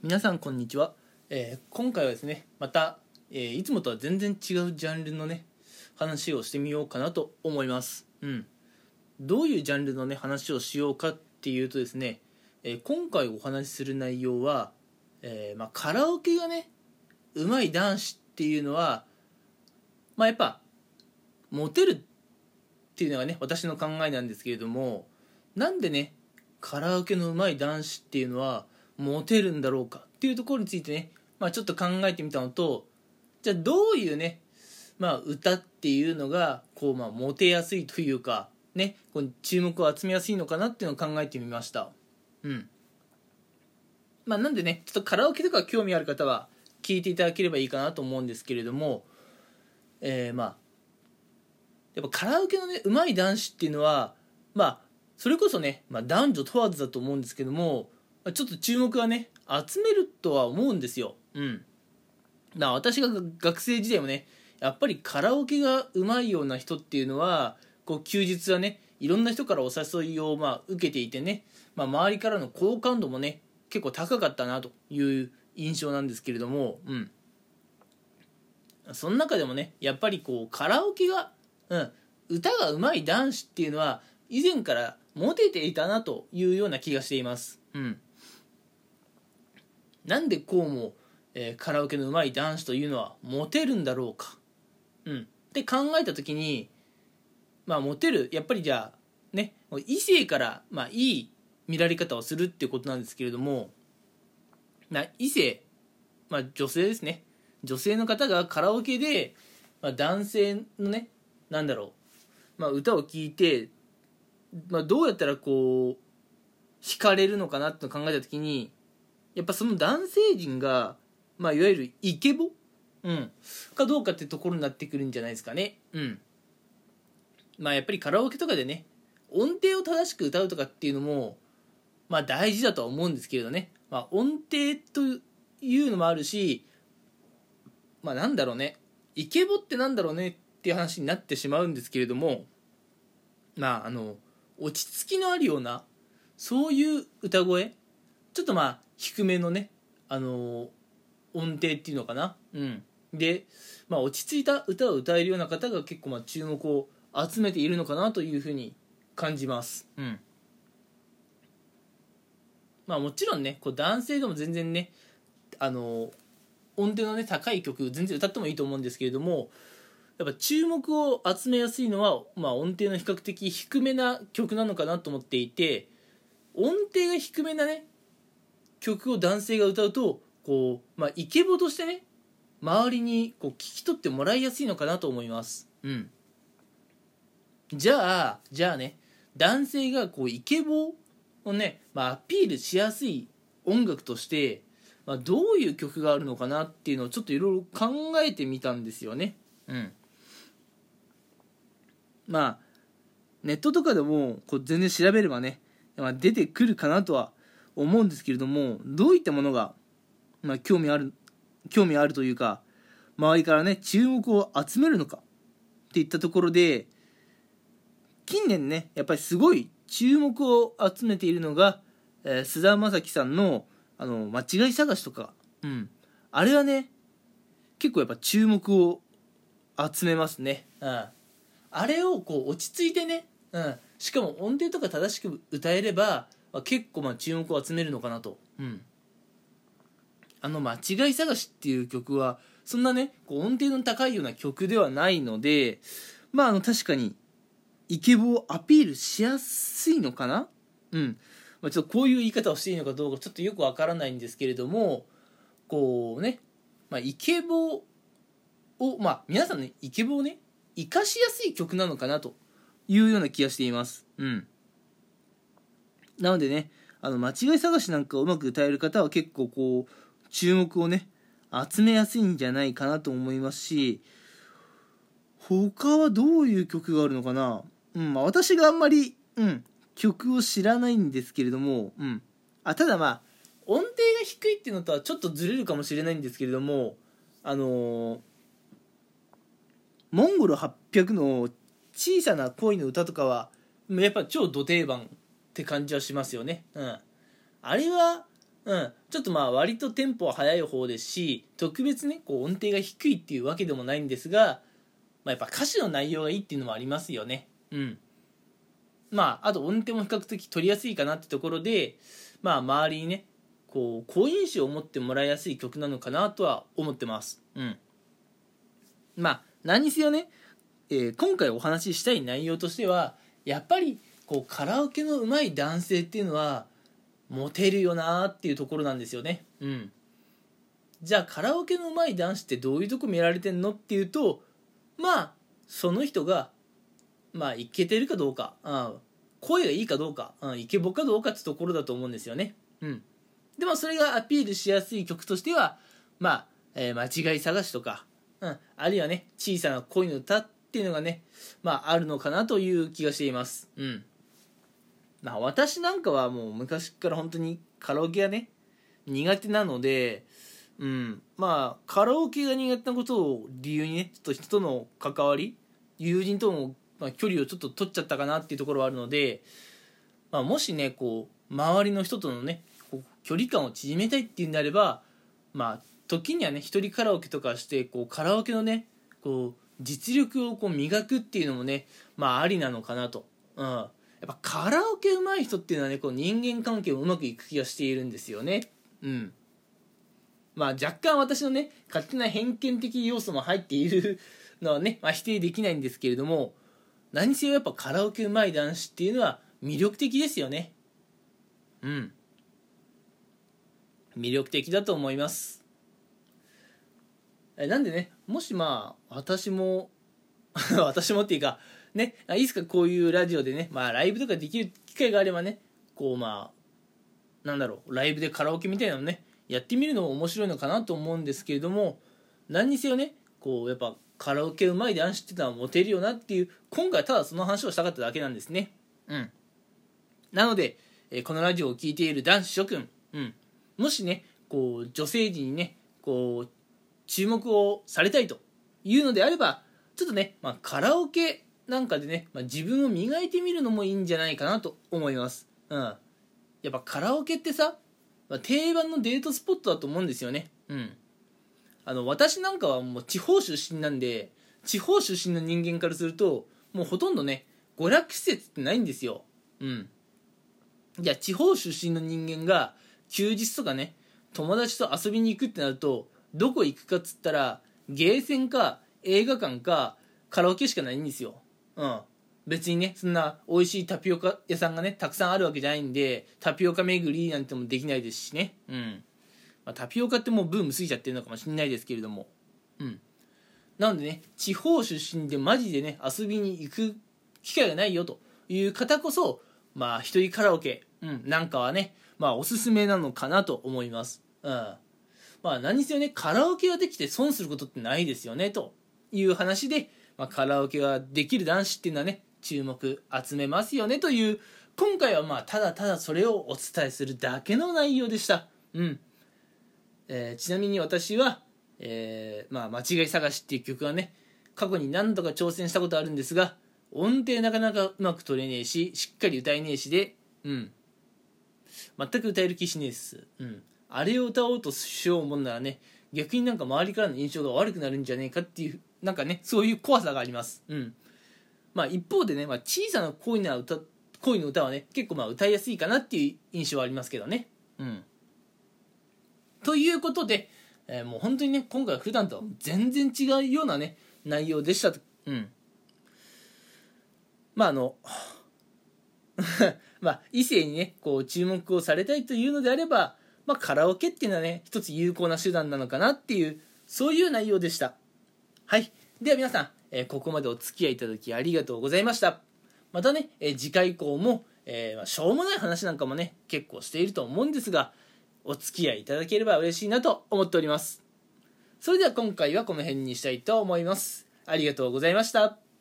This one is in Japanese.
皆さんこんにちは。今回はですねまた、いつもとは全然違うジャンルのね話をしてみようかなと思います。どういうジャンルのね話をしようかっていうとですね、今回お話しする内容は、カラオケがね上手い男子っていうのはやっぱモテるっていうのがね私の考えなんですけれども、なんでねカラオケの上手い男子っていうのはモテるんだろうかっていうところについてね、ちょっと考えてみたのと、じゃあどういうね、歌っていうのがモテやすいというかね、こう注目を集めやすいのかなっていうのを考えてみました。なんでねちょっとカラオケとか興味ある方は聞いていただければいいかなと思うんですけれども、やっぱカラオケのね上手い男子っていうのはそれこそね、男女問わずだと思うんですけども、ちょっと注目はね集めるとは思うんですよ。私が学生時代もねやっぱりカラオケが上手いような人っていうのはこう休日はねいろんな人からお誘いを受けていてね、周りからの好感度もね結構高かったなという印象なんですけれども、その中でもねやっぱりこうカラオケが、歌が上手い男子っていうのは以前からモテていたなというような気がしています。なんでこうも、カラオケの上手い男子というのはモテるんだろうか、って考えた時にモテるやっぱりじゃあね異性からいい見られ方をするっていうことなんですけれども、異性、女性ですね、女性の方がカラオケで、男性のね歌を聴いて、どうやったらこう惹かれるのかなって考えた時に、やっぱその男性陣が、いわゆるイケボ、かどうかってところになってくるんじゃないですかね。やっぱりカラオケとかでね音程を正しく歌うとかっていうのも大事だとは思うんですけれどね、音程というのもあるし、イケボってなんだろうねっていう話になってしまうんですけれども、落ち着きのあるようなそういう歌声、ちょっと低めのね音程っていうのかな、で、落ち着いた歌を歌えるような方が結構注目を集めているのかなというふうに感じます。もちろんねこう男性でも全然ね音程のね高い曲全然歌ってもいいと思うんですけれども、やっぱ注目を集めやすいのは、音程の比較的低めな曲なのかなと思っていて、音程が低めなね曲を男性が歌うとこう、イケボとしてね周りにこう聞き取ってもらいやすいのかなと思います。じゃあね男性がこうイケボをね、アピールしやすい音楽として、どういう曲があるのかなっていうのをちょっといろいろ考えてみたんですよね。ネットとかでもこう全然調べればね、出てくるかなとは思うんですけれども、どういったものが、興味あるというか周りからね注目を集めるのかっていったところで、近年ねやっぱりすごい注目を集めているのが、菅田将暉さんの間違い探しとか、あれはね結構やっぱ注目を集めますね。あれをこう落ち着いてね、しかも音程とか正しく歌えれば、結構注目を集めるのかなと。間違い探しっていう曲はそんなねこう音程の高いような曲ではないので、確かにイケボをアピールしやすいのかな。ちょっとこういう言い方をしていいのかどうかちょっとよくわからないんですけれども、こうね、イケボを皆さんねイケボをね活かしやすい曲なのかなというような気がしています。なのでね間違い探しなんかをうまく歌える方は結構こう注目をね集めやすいんじゃないかなと思いますし、他はどういう曲があるのかな。私があんまり、曲を知らないんですけれども、ただ音程が低いっていうのとはちょっとずれるかもしれないんですけれども、モンゴル800の小さな恋の歌とかはやっぱ超ド定番って感じはしますよね。あれはちょっと割とテンポは速い方ですし、特別ねこう音程が低いっていうわけでもないんですが、やっぱ歌詞の内容がいいっていうのもありますよね。あと音程も比較的取りやすいかなってところで、周りにねこう好印象を持ってもらいやすい曲なのかなとは思ってます。何にせよね、今回お話ししたい内容としては、やっぱりこうカラオケの上手い男性っていうのはモテるよなっていうところなんですよね。じゃあカラオケの上手い男子ってどういうとこ見られてんのっていうと、その人がイケてるかどうか、声がいいかどうか、イケボかどうかってところだと思うんですよね。でもそれがアピールしやすい曲としては間違い探しとか、あるいはね小さな恋の歌っていうのがねあるのかなという気がしています。私なんかはもう昔から本当にカラオケがね苦手なので、カラオケが苦手なことを理由にねちょっと人との関わり、友人との距離をちょっと取っちゃったかなっていうところはあるので、もしねこう周りの人とのねこう距離感を縮めたいっていうんであれば、時にはね一人カラオケとかしてこうカラオケのねこう実力をこう磨くっていうのもねありなのかなと。やっぱカラオケ上手い人っていうのはねこう人間関係もうまくいく気がしているんですよね。若干私のね勝手な偏見的要素も入っているのはね、否定できないんですけれども、何せよやっぱカラオケ上手い男子っていうのは魅力的ですよね。魅力的だと思います。なんでね、もし私も私もっていうかね、いつかこういうラジオでね、ライブとかできる機会があればね、こうライブでカラオケみたいなのねやってみるのも面白いのかなと思うんですけれども、何にせよねこうやっぱカラオケ上手い男子ってのはモテるよなっていう、今回はただその話をしたかっただけなんですね。なので、このラジオを聴いている男子諸君、もしねこう女性陣にねこう注目をされたいというのであれば、ちょっとね、カラオケなんかでね、自分を磨いてみるのもいいんじゃないかなと思います。やっぱカラオケってさ、定番のデートスポットだと思うんですよね。私なんかはもう地方出身なんで、地方出身の人間からするともうほとんどね娯楽施設ってないんですよ。じゃあ地方出身の人間が休日とかね友達と遊びに行くってなるとどこ行くかっつったらゲーセンか映画館かカラオケしかないんですよ。別にねそんな美味しいタピオカ屋さんがねたくさんあるわけじゃないんで、タピオカ巡りなんてもできないですしね。タピオカってもうブーム過ぎちゃってるのかもしれないですけれども、なのでね地方出身でマジでね遊びに行く機会がないよという方こそ一人カラオケ、なんかはねおすすめなのかなと思います。何にせよねカラオケができて損することってないですよねという話で、カラオケができる男子っていうのはね注目集めますよねという、今回はただただそれをお伝えするだけの内容でした。ちなみに私は、間違い探しっていう曲はね過去に何度か挑戦したことあるんですが、音程なかなかうまく取れねえし、しっかり歌えねえしで、全く歌える気しねえっす。あれを歌おうとしようもんならね、逆になんか周りからの印象が悪くなるんじゃねえかっていう、なんかねそういう怖さがあります。一方でね、小さな恋の歌はね結構歌いやすいかなっていう印象はありますけどね。ということで、もう本当にね今回は普段とは全然違うようなね内容でしたと。異性にねこう注目をされたいというのであれば、カラオケっていうのはね一つ有効な手段なのかなっていう、そういう内容でした。はい、では皆さん、ここまでお付き合いいただきありがとうございました。またね、次回以降も、しょうもない話なんかもね結構していると思うんですが、お付き合いいただければ嬉しいなと思っております。それでは今回はこの辺にしたいと思います。ありがとうございました。